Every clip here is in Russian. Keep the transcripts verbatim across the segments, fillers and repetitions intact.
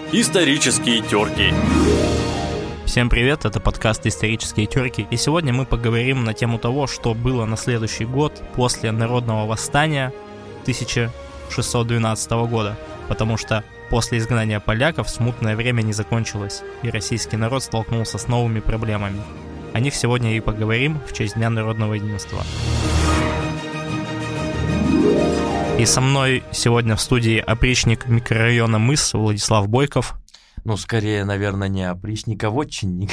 Исторические терки. Всем привет, это подкаст «Исторические терки», и сегодня мы поговорим на тему того, что было на следующий год после народного восстания тысяча шестьсот двенадцатого года, потому что после изгнания поляков смутное время не закончилось, и российский народ столкнулся с новыми проблемами. О них сегодня и поговорим в честь Дня народного единства. И со мной сегодня в студии опричник микрорайона Мыс Владислав Бойков. Ну, скорее, наверное, не опричник, а вотчинник.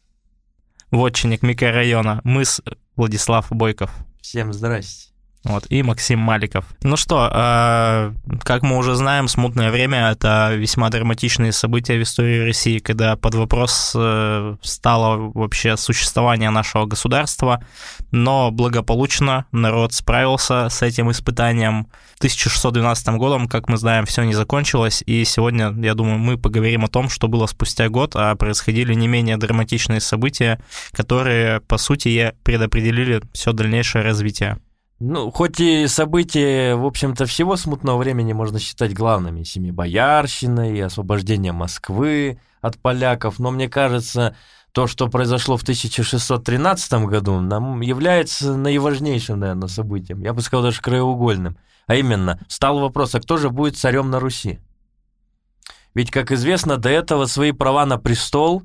Вотчинник микрорайона Мыс Владислав Бойков. Всем здрасте. Вот, и Максим Маликов. Ну что, э, как мы уже знаем, смутное время — это весьма драматичные события в истории России, когда под вопрос э, стало вообще существование нашего государства, но благополучно народ справился с этим испытанием. тысяча шестьсот двенадцатым годом, как мы знаем, все не закончилось, и сегодня, я думаю, мы поговорим о том, что было спустя год, а происходили не менее драматичные события, которые, по сути, предопределили все дальнейшее развитие. Ну, хоть и события, в общем-то, всего смутного времени можно считать главными. Семибоярщина и освобождение Москвы от поляков. Но мне кажется, то, что произошло в тысяча шестьсот тринадцатом году, нам является наиважнейшим, наверное, событием. Я бы сказал, даже краеугольным. А именно, встал вопрос, а кто же будет царем на Руси? Ведь, как известно, до этого свои права на престол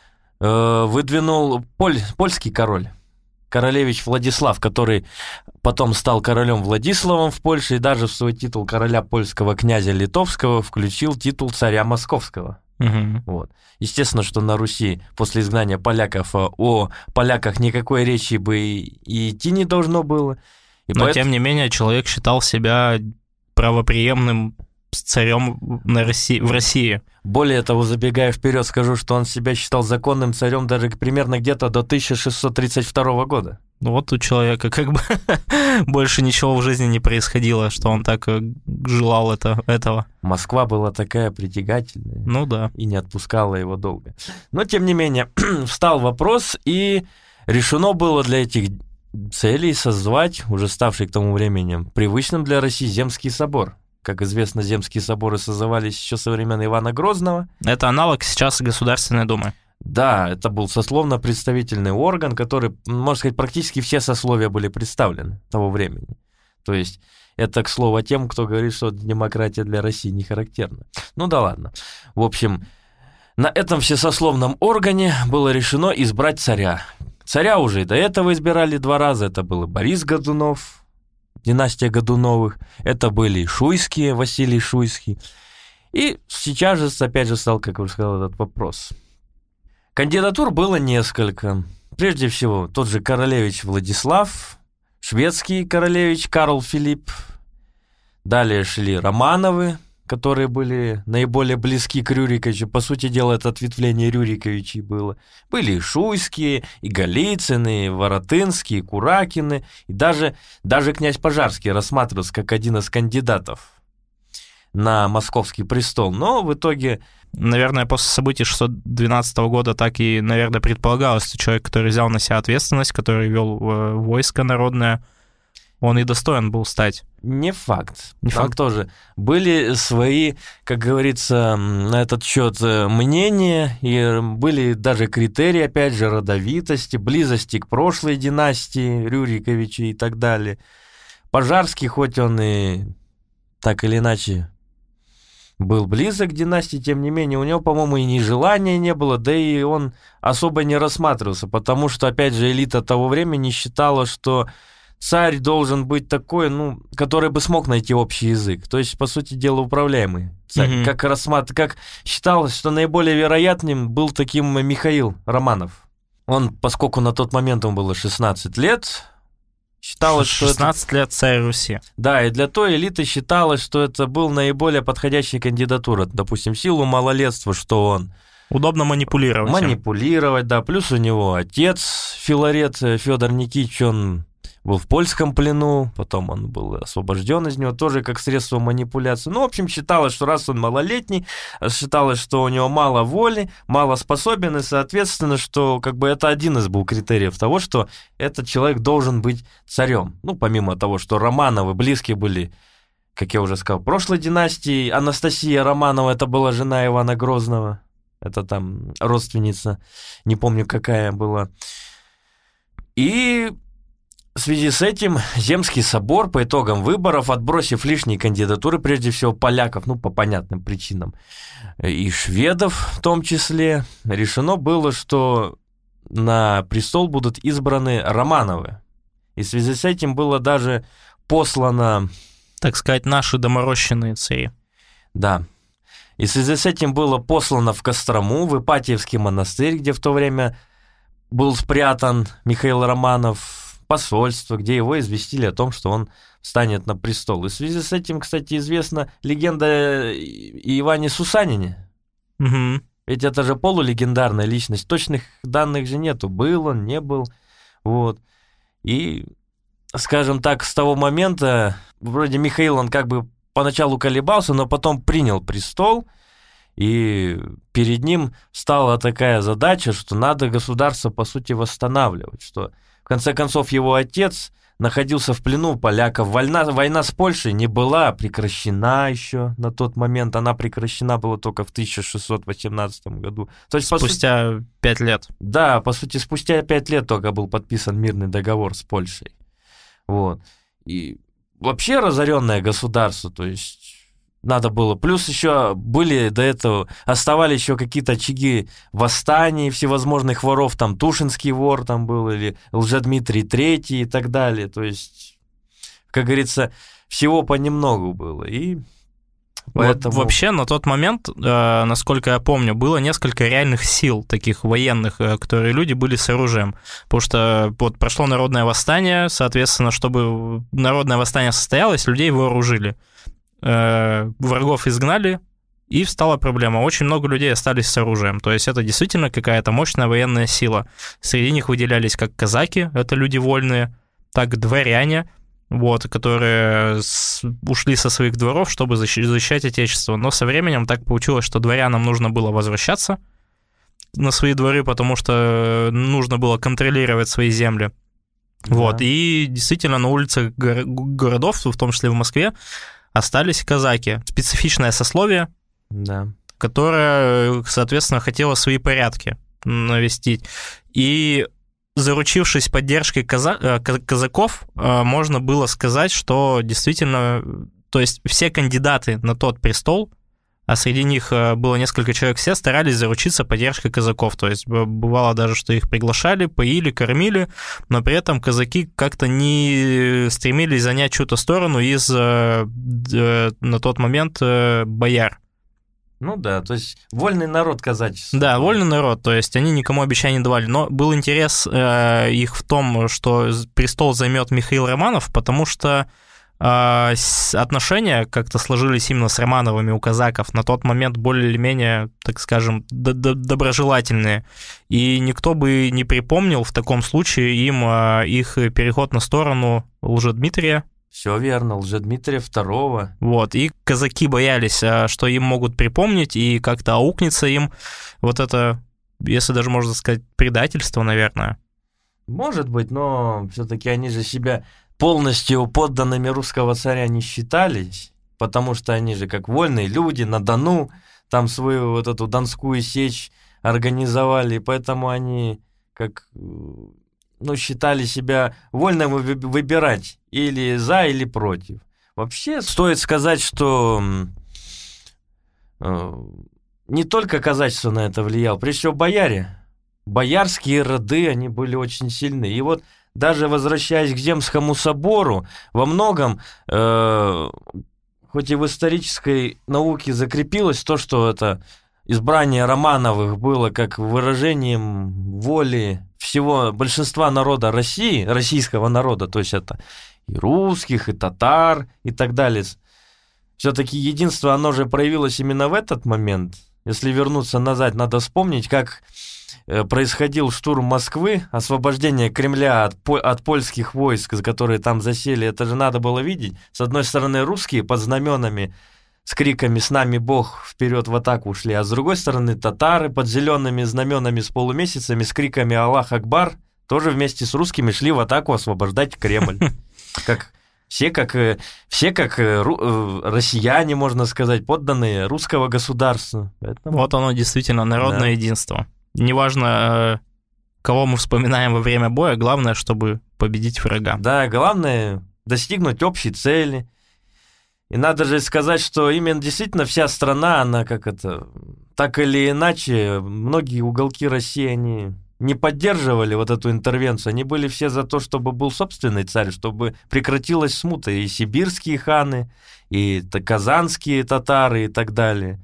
э, выдвинул поль, польский король. Королевич Владислав, который потом стал королем Владиславом в Польше и даже в свой титул короля польского князя Литовского включил титул царя Московского. Угу. Вот. Естественно, что на Руси после изгнания поляков о поляках никакой речи бы и идти не должно было. И Но, поэтому... тем не менее, человек считал себя правопреемным царем на России, в России. Более того, забегая вперед, скажу, что он себя считал законным царем даже примерно где-то до тысяча шестьсот тридцать второго года. Ну вот у человека как бы больше ничего в жизни не происходило, что он так желал это, этого. Москва была такая притягательная. Ну да. И не отпускала его долго. Но, тем не менее, встал вопрос, и решено было для этих целей созвать, уже ставший к тому времени привычным для России, Земский собор. Как известно, земские соборы созывались еще со времен Ивана Грозного. Это аналог сейчас Государственной Думы. Да, это был сословно-представительный орган, который, можно сказать, практически все сословия были представлены того времени. То есть это, к слову, тем, кто говорит, что демократия для России не характерна. Ну да ладно. В общем, на этом всесословном органе было решено избрать царя. Царя уже и до этого избирали два раза. Это был и Борис Годунов, династия Годуновых, это были Шуйские, Василий Шуйский. И сейчас же, опять же, стал, как уже сказал, этот вопрос. Кандидатур было несколько. Прежде всего, тот же королевич Владислав, шведский королевич Карл Филипп. Далее шли Романовы, которые были наиболее близки к Рюриковичу. По сути дела, это ответвление Рюриковичей было. Были и Шуйские, и Голицыны, и Воротынские, и Куракины. И даже, даже князь Пожарский рассматривался как один из кандидатов на московский престол. Но в итоге... Наверное, после событий шестьсот двенадцатого года так и, наверное, предполагалось, что человек, который взял на себя ответственность, который вел войско народное, он и достоин был стать. Не факт. Не Там факт. тоже были свои, как говорится, на этот счет мнения, и были даже критерии, опять же, родовитости, близости к прошлой династии Рюриковичей и так далее. Пожарский, хоть он и так или иначе был близок к династии, тем не менее, у него, по-моему, и ни желания не было, да и он особо не рассматривался, потому что, опять же, элита того времени считала, что царь должен быть такой, ну, который бы смог найти общий язык. То есть, по сути дела, управляемый царь. Mm-hmm. Как, рассмат... как считалось, что наиболее вероятным был таким Михаил Романов. Он, поскольку на тот момент ему было шестнадцать лет, считалось, что шестнадцать лет царь Руси. Да, и для той элиты считалось, что это был наиболее подходящая кандидатура. Допустим, в силу малолетства, что он... Удобно манипулировать. Манипулировать, им. Да. Плюс у него отец Филарет Федор Никитич, он был в польском плену, потом он был освобожден из него, тоже как средство манипуляции. Ну, в общем, считалось, что раз он малолетний, считалось, что у него мало воли, мало способен, и, соответственно, что как бы это один из был критериев того, что этот человек должен быть царем. Ну, помимо того, что Романовы близкие были как я уже сказал, прошлой династии. Анастасия Романова, это была жена Ивана Грозного. Это там родственница, не помню, какая была. И в связи с этим Земский собор по итогам выборов, отбросив лишние кандидатуры, прежде всего поляков, ну, по понятным причинам, и шведов в том числе, решено было, что на престол будут избраны Романовы. И в связи с этим было даже послано... Так сказать, наши доморощенные цари. Да. И в связи с этим было послано в Кострому, в Ипатьевский монастырь, где в то время был спрятан Михаил Романов, посольство, где его известили о том, что он встанет на престол. И в связи с этим, кстати, известна легенда о Иване Сусанине. Угу. Ведь это же полулегендарная личность. Точных данных же нету, был он, не был. Вот. И, скажем так, с того момента, вроде Михаил, он как бы поначалу колебался, но потом принял престол, и перед ним стала такая задача, что надо государство, по сути, восстанавливать, что, в конце концов, его отец находился в плену у поляков. Война, война с Польшей не была прекращена еще на тот момент, она прекращена была только в тысяча шестьсот восемнадцатом году. То есть, спустя по сути, пять лет. Да, по сути, спустя пять лет только был подписан мирный договор с Польшей. Вот. И вообще разоренное государство, то есть надо было. Плюс еще были до этого, оставались еще какие-то очаги восстаний всевозможных воров, там Тушинский вор там был, или Лжедмитрий Третий и так далее. То есть, как говорится, всего понемногу было. И поэтому... Вот вообще на тот момент, э, насколько я помню, было несколько реальных сил, таких военных, э, которые люди были с оружием. Потому что вот прошло народное восстание, соответственно, чтобы народное восстание состоялось, людей вооружили. Э, врагов изгнали, и встала проблема. Очень много людей остались с оружием. То есть это действительно какая-то мощная военная сила. Среди них выделялись как казаки, это люди вольные, так дворяне, вот, которые с, ушли со своих дворов, чтобы защищать отечество. Но со временем так получилось, что дворянам нужно было возвращаться на свои дворы, потому что нужно было контролировать свои земли. Да. Вот, и действительно на улицах горо- городов, в том числе в Москве, остались казаки. Специфичное сословие, да. которое, соответственно, хотело свои порядки навестить. И заручившись поддержкой каза- казаков, можно было сказать, что действительно, то есть все кандидаты на тот престол, а среди них было несколько человек, все старались заручиться поддержкой казаков. То есть бывало даже, что их приглашали, поили, кормили, но при этом казаки как-то не стремились занять чью-то сторону из на тот момент бояр. Ну да, то есть вольный народ казачество. Да, вольный народ, то есть они никому обещаний не давали. Но был интерес э, их в том, что престол займет Михаил Романов, потому что э, отношения как-то сложились именно с Романовыми у казаков на тот момент более или менее, так скажем, доброжелательные. И никто бы не припомнил в таком случае им э, их переход на сторону Лжедмитрия. Все верно, Лжедмитрия второго. Вот, и казаки боялись, что им могут припомнить, и как-то аукнется им вот это, если даже можно сказать, предательство, наверное. Может быть, но все-таки они же себя полностью подданными русского царя не считались, потому что они же как вольные люди на Дону, там свою вот эту Донскую сечь организовали, поэтому они как... ну, считали себя вольно выбирать или за, или против. Вообще, стоит сказать, что э, не только казачество на это влияло, прежде всего бояре. Боярские роды, они были очень сильны. И вот даже возвращаясь к Земскому собору, во многом, э, хоть и в исторической науке закрепилось то, что это избрание Романовых было как выражением воли всего большинства народа России, российского народа, то есть это и русских, и татар, и так далее. Все-таки единство, оно же проявилось именно в этот момент. Если вернуться назад, надо вспомнить, как происходил штурм Москвы, освобождение Кремля от, по- от польских войск, которые там засели. Это же надо было видеть. С одной стороны, русские под знаменами с криками «С нами Бог!» вперед в атаку ушли, а с другой стороны татары под зелеными знаменами с полумесяцами с криками «Аллах Акбар!» тоже вместе с русскими шли в атаку освобождать Кремль. Как Все как, все как ру, россияне, можно сказать, подданные русского государства. Поэтому... Вот оно действительно народное да. единство. Неважно, кого мы вспоминаем во время боя, главное, чтобы победить врага. Да, главное достигнуть общей цели. И надо же сказать, что именно действительно вся страна, она как это, так или иначе, многие уголки России, они не поддерживали вот эту интервенцию. Они были все за то, чтобы был собственный царь, чтобы прекратилась смута. И сибирские ханы, и казанские татары и так далее.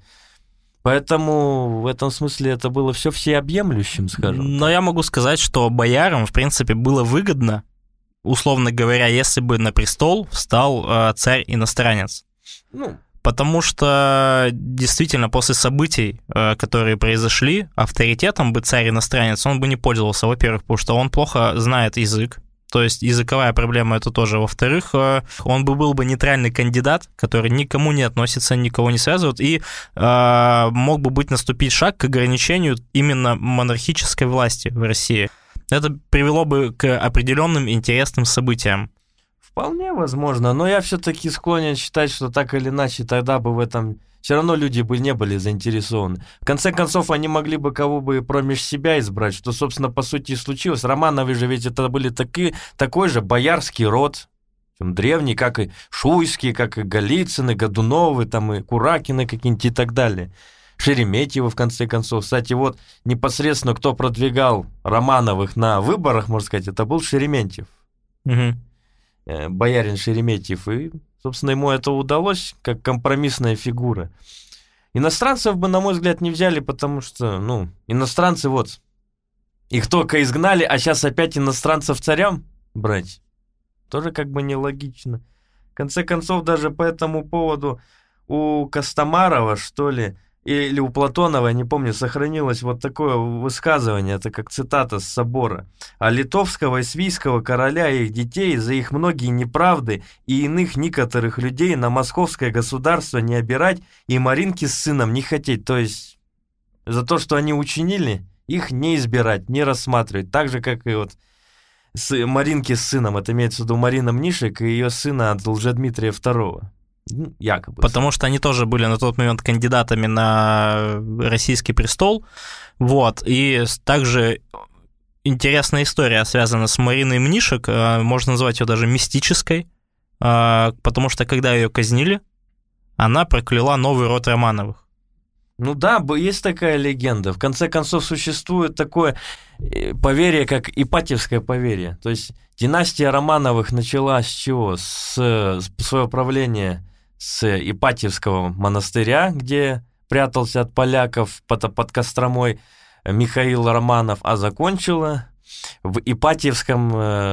Поэтому в этом смысле это было все всеобъемлющим, скажем. Но я могу сказать, что боярам, в принципе, было выгодно, условно говоря, если бы на престол встал э, царь-иностранец. Ну, потому что действительно после событий, э, которые произошли, авторитетом бы царь-иностранец, он бы не пользовался, во-первых, потому что он плохо знает язык, то есть языковая проблема это тоже. Во-вторых, э, он бы был бы нейтральный кандидат, который никому не относится, никого не связывает, и э, мог бы быть наступить шаг к ограничению именно монархической власти в России. Это привело бы к определенным интересным событиям. Вполне возможно, но я все-таки склонен считать, что так или иначе тогда бы в этом все равно люди бы не были заинтересованы. В конце концов, они могли бы кого бы промеж себя избрать, что, собственно, по сути и случилось. Романовы же ведь это были таки, такой же боярский род, древний, как и Шуйские, как и Голицыны, Годуновы, там и Куракины какие-нибудь и так далее. Шереметьевы, в конце концов. Кстати, вот непосредственно кто продвигал Романовых на выборах, можно сказать, это был Шереметьев. Угу. Боярин Шереметьев. И, собственно, ему это удалось, как компромиссная фигура. Иностранцев бы, на мой взгляд, не взяли, потому что, ну, иностранцы вот, их только изгнали, а сейчас опять иностранцев царям брать. Тоже как бы нелогично. В конце концов, даже по этому поводу у Костомарова, что ли, или у Платонова, я не помню, сохранилось вот такое высказывание, это как цитата с собора. «А литовского и свийского короля и их детей за их многие неправды и иных некоторых людей на московское государство не обирать и Маринки с сыном не хотеть». То есть за то, что они учинили, их не избирать, не рассматривать. Так же, как и вот с Маринки с сыном, это имеется в виду Марина Мнишек и ее сына от Лжедмитрия второго. Якобы. Потому что они тоже были на тот момент кандидатами на российский престол. Вот. И также интересная история связана с Мариной Мнишек. Можно назвать ее даже мистической, потому что когда ее казнили, она прокляла новый род Романовых. Ну да, есть такая легенда. В конце концов, существует такое поверье, как Ипатьевское поверье. То есть династия Романовых начала с чего? С, с своего правления с Ипатьевского монастыря, где прятался от поляков под, под Костромой Михаил Романов, а закончила в Ипатьевском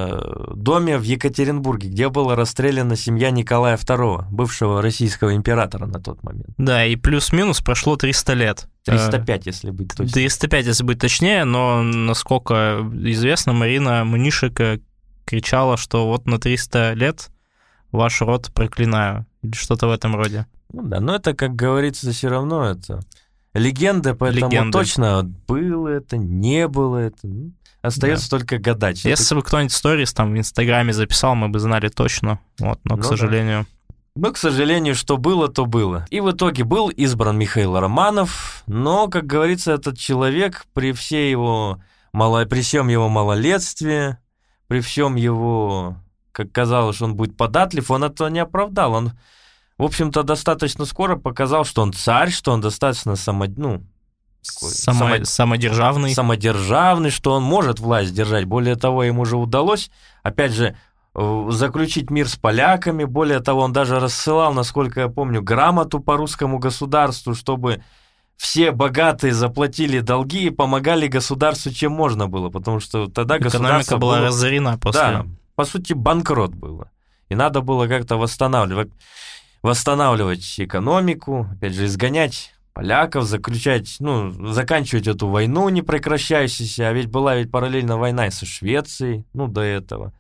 э, доме в Екатеринбурге, где была расстреляна семья Николая второго, бывшего российского императора на тот момент. Да, и плюс-минус прошло триста лет. триста пять, если быть точнее. триста пять, если быть точнее, но, насколько известно, Марина Мнишек кричала, что вот на триста лет ваш род проклинаю, или что-то в этом роде. Ну да, но это, как говорится, все равно это легенда, поэтому Легенды. Точно было это, не было это. Остается да. только гадать. Если это... бы кто-нибудь сторис там в Инстаграме записал, мы бы знали точно. Вот, но, ну, к сожалению... Да. Но, к сожалению, что было, то было. И в итоге был избран Михаил Романов, но, как говорится, этот человек при всей его мало... при всем его малолетстве, при всем его, как казалось, что он будет податлив, он это не оправдал. Он, в общем-то, достаточно скоро показал, что он царь, что он достаточно само... ну, Само... Само... самодержавный. Самодержавный, что он может власть держать. Более того, ему же удалось, опять же, заключить мир с поляками. Более того, он даже рассылал, насколько я помню, грамоту по русскому государству, чтобы все богатые заплатили долги и помогали государству, чем можно было. Потому что тогда Экономика государство была было... разорена после... Да, по сути, банкрот было. И надо было как-то восстанавливать, восстанавливать экономику, опять же, изгонять поляков, заключать, ну, заканчивать эту войну непрекращающуюся, а ведь была ведь параллельно война и со Швецией, ну, до этого.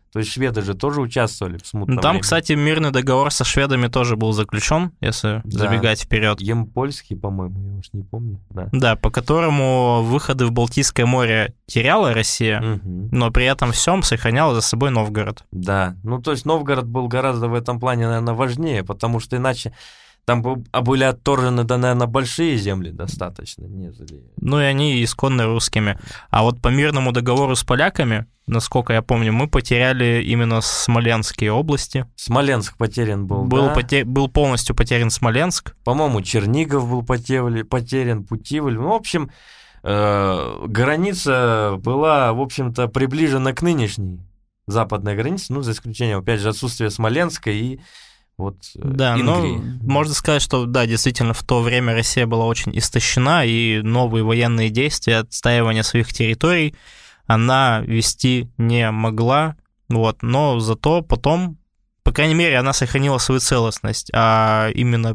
То есть шведы же тоже участвовали в смутном Ну, там, времени. кстати, мирный договор со шведами тоже был заключен, если Да. забегать вперед. Емпольский, по-моему, я уж не помню. Да. Да, по которому выходы в Балтийское море теряла Россия, Мгм. но при этом всем сохраняла за собой Новгород. Да, ну то есть Новгород был гораздо в этом плане, наверное, важнее, потому что иначе там бы- а были отторжены, да, наверное, большие земли достаточно, нежели... Ну и они исконно русскими. А вот по мирному договору с поляками, насколько я помню, мы потеряли именно Смоленские области. Смоленск потерян был, Был, да? поте- был полностью потерян Смоленск. По-моему, Чернигов был потерян, потерян Путивль. Ну, в общем, э, граница была, в общем-то, приближена к нынешней западной границе, ну, за исключением, опять же, отсутствия Смоленска и вот э, Да, Ингрии. но можно сказать, что да, действительно, в то время Россия была очень истощена, и новые военные действия, отстаивание своих территорий она вести не могла, вот, но зато потом, по крайней мере, она сохранила свою целостность, а именно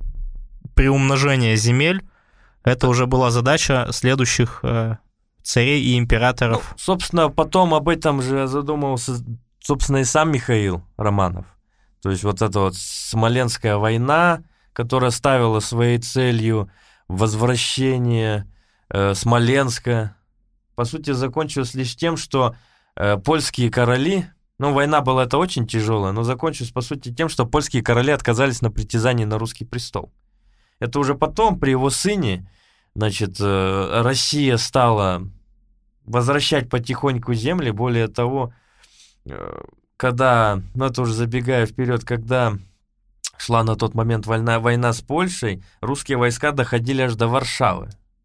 приумножение земель, это уже была задача следующих э, царей и императоров. Ну, собственно, потом об этом же задумывался, собственно, и сам Михаил Романов. То есть вот эта вот Смоленская война, которая ставила своей целью возвращение э, Смоленска, по сути, закончилась лишь тем, что э, польские короли, ну, война была это очень тяжелая, но закончилась, по сути, тем, что польские короли отказались на притязании на русский престол. Это уже потом, при его сыне, значит, э, Россия стала возвращать потихоньку земли. Более того, э, когда, ну это уже забегая вперед, когда шла на тот момент война, война с Польшей, русские войска доходили аж до Варшавы.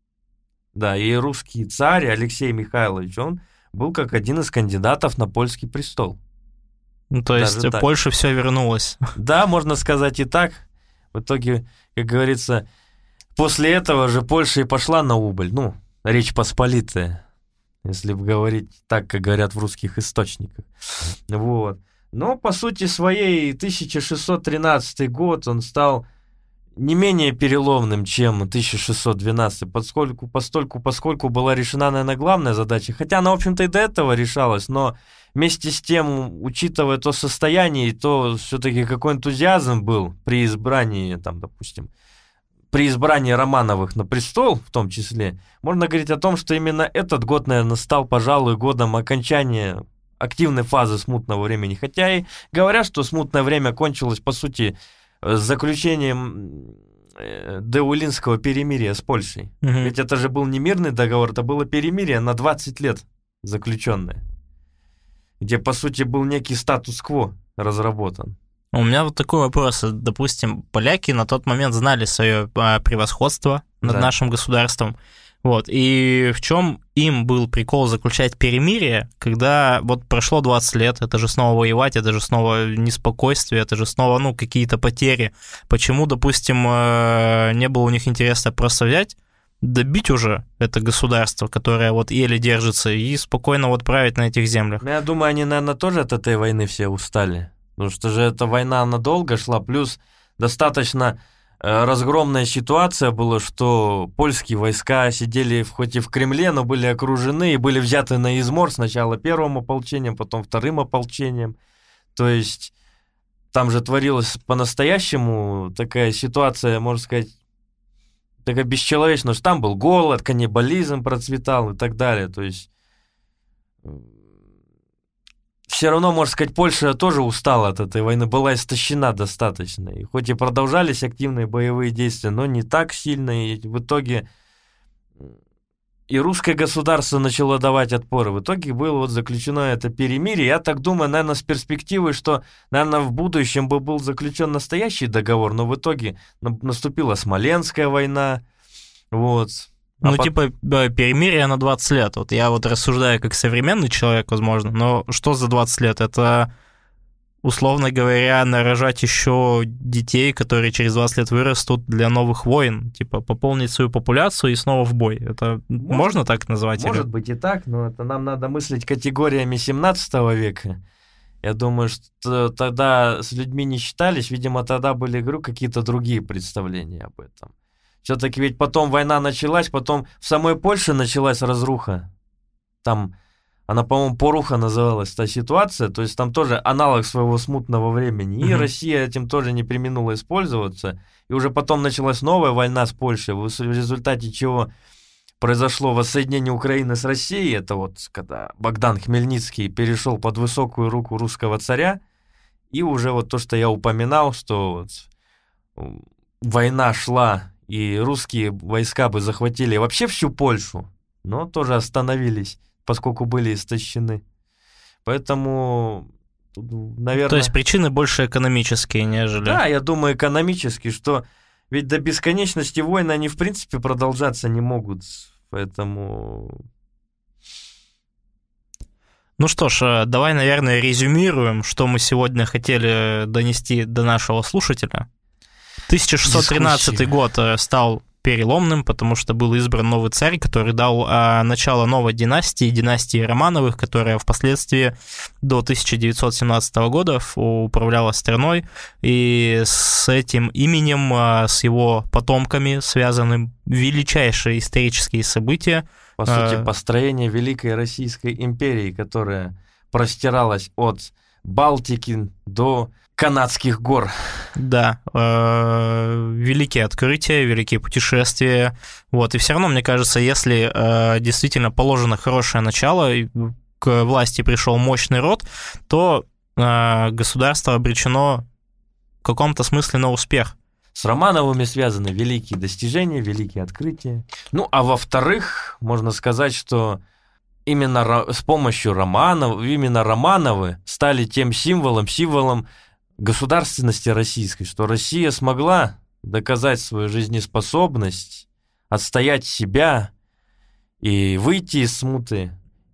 Да, и русский царь Алексей Михайлович, он был как один из кандидатов на польский престол. Ну, то есть Даже так. Польша все вернулась. Да, можно сказать и так. В итоге, как говорится, после этого же Польша и пошла на убыль. Ну, Речь Посполитая, если бы говорить так, как говорят в русских источниках. Вот. Но, по сути своей, тысяча шестьсот тринадцатый год, он стал не менее переломным, чем тысяча шестьсот двенадцатый, поскольку, постольку, поскольку была решена, наверное, главная задача. Хотя она, в общем-то, и до этого решалась, но вместе с тем, учитывая то состояние, и то все-таки какой энтузиазм был при избрании, там, допустим, при избрании Романовых на престол, в том числе, можно говорить о том, что именно этот год, наверное, стал, пожалуй, годом окончания активной фазы смутного времени. Хотя и говорят, что смутное время кончилось, по сути, с заключением Деулинского перемирия с Польшей. Угу. Ведь это же был не мирный договор, это было перемирие на двадцать лет заключенное, где, по сути, был некий статус-кво разработан. У меня вот такой вопрос. Допустим, поляки на тот момент знали свое превосходство над Да. нашим государством. Вот. И в чем им был прикол заключать перемирие, когда вот прошло двадцать лет, это же снова воевать, это же снова неспокойствие, это же снова, ну, какие-то потери. Почему, допустим, не было у них интереса просто взять, добить уже это государство, которое вот еле держится, и спокойно вот править на этих землях? Ну, я думаю, они, наверное, тоже от этой войны все устали. Потому что же эта война, она долго шла, плюс достаточно э, разгромная ситуация была, что польские войска сидели в, хоть и в Кремле, но были окружены и были взяты на измор сначала первым ополчением, потом вторым ополчением. То есть там же творилась по-настоящему такая ситуация, можно сказать, такая бесчеловечная, что там был голод, каннибализм процветал и так далее. То есть все равно, можно сказать, Польша тоже устала от этой войны, была истощена достаточно. И хоть и продолжались активные боевые действия, но не так сильно. И в итоге и русское государство начало давать отпор. В итоге было вот заключено это перемирие. Я так думаю, наверное, с перспективой, что, наверное, в будущем бы был заключен настоящий договор, но в итоге наступила Смоленская война. Вот. Ну, А типа, перемирие на двадцать лет. Вот я вот рассуждаю как современный человек, возможно, но что за двадцать лет? Это, условно говоря, нарожать еще детей, которые через двадцать лет вырастут для новых войн. Типа, пополнить свою популяцию и снова в бой. Это может, можно так назвать? Может или? быть и так, но это нам надо мыслить категориями семнадцатого века. Я думаю, что тогда с людьми не считались. Видимо, тогда были, говорю, какие-то другие представления об этом. Все-таки ведь потом война началась, потом в самой Польше началась разруха. Там Она, по-моему, «Поруха» называлась та ситуация, то есть там тоже аналог своего смутного времени. И mm-hmm. Россия этим тоже не преминула использоваться. И уже потом началась новая война с Польшей, в результате чего произошло воссоединение Украины с Россией. Это вот когда Богдан Хмельницкий перешел под высокую руку русского царя. И уже вот то, что я упоминал, что вот война шла, и русские войска бы захватили вообще всю Польшу, но тоже остановились, поскольку были истощены. Поэтому, наверное... То есть причины больше экономические, нежели... Да, я думаю, экономические, что ведь до бесконечности войны они, в принципе, продолжаться не могут. Поэтому... Ну что ж, давай, наверное, резюмируем, что мы сегодня хотели донести до нашего слушателя. тысяча шестьсот тринадцатый год стал переломным, потому что был избран новый царь, который дал а, начало новой династии, династии Романовых, которая впоследствии до тысяча девятьсот семнадцатого года управляла страной, и с этим именем, а, с его потомками связаны величайшие исторические события. По сути, построение Великой Российской империи, которая простиралась от Балтики до Канадских гор. Да, э, великие открытия, великие путешествия. Вот, и все равно, мне кажется, если э, действительно положено хорошее начало, к власти пришел мощный род, то э, государство обречено в каком-то смысле на успех. С Романовыми связаны великие достижения, великие открытия. Ну, а во-вторых, можно сказать, что именно с помощью Романов, именно Романовы стали тем символом, символом государственности российской, что Россия смогла доказать свою жизнеспособность, отстоять себя и выйти из смуты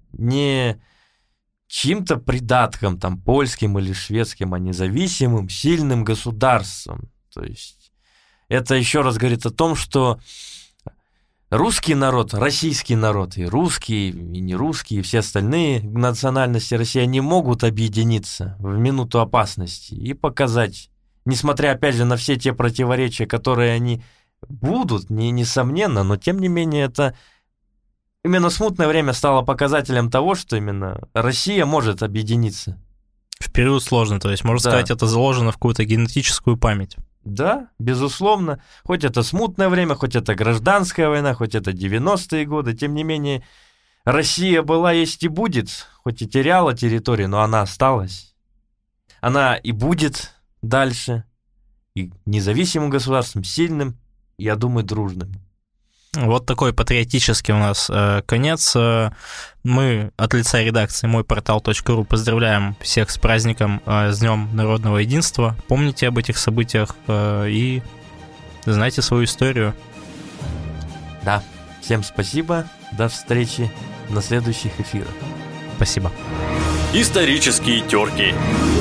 не чьим-то придатком, там, польским или шведским, а независимым, сильным государством. То есть это еще раз говорит о том, что русский народ, российский народ, и русские, и не русские, и все остальные национальности России, они могут объединиться в минуту опасности и показать, несмотря, опять же, на все те противоречия, которые они будут, не, несомненно, но, тем не менее, это именно смутное время стало показателем того, что именно Россия может объединиться. В период сложный, то есть, можно да. сказать, это заложено в какую-то генетическую память. Да, безусловно, хоть это смутное время, хоть это гражданская война, хоть это девяностые годы, тем не менее, Россия была, есть и будет, хоть и теряла территорию, но она осталась. Она и будет дальше, и независимым государством, сильным, я думаю, дружным. Вот такой патриотический у нас э, конец. Мы от лица редакции мой портал точка ру поздравляем всех с праздником, э, с Днем народного единства. Помните об этих событиях э, и знайте свою историю. Да, всем спасибо. До встречи на следующих эфирах. Спасибо. Исторические терки.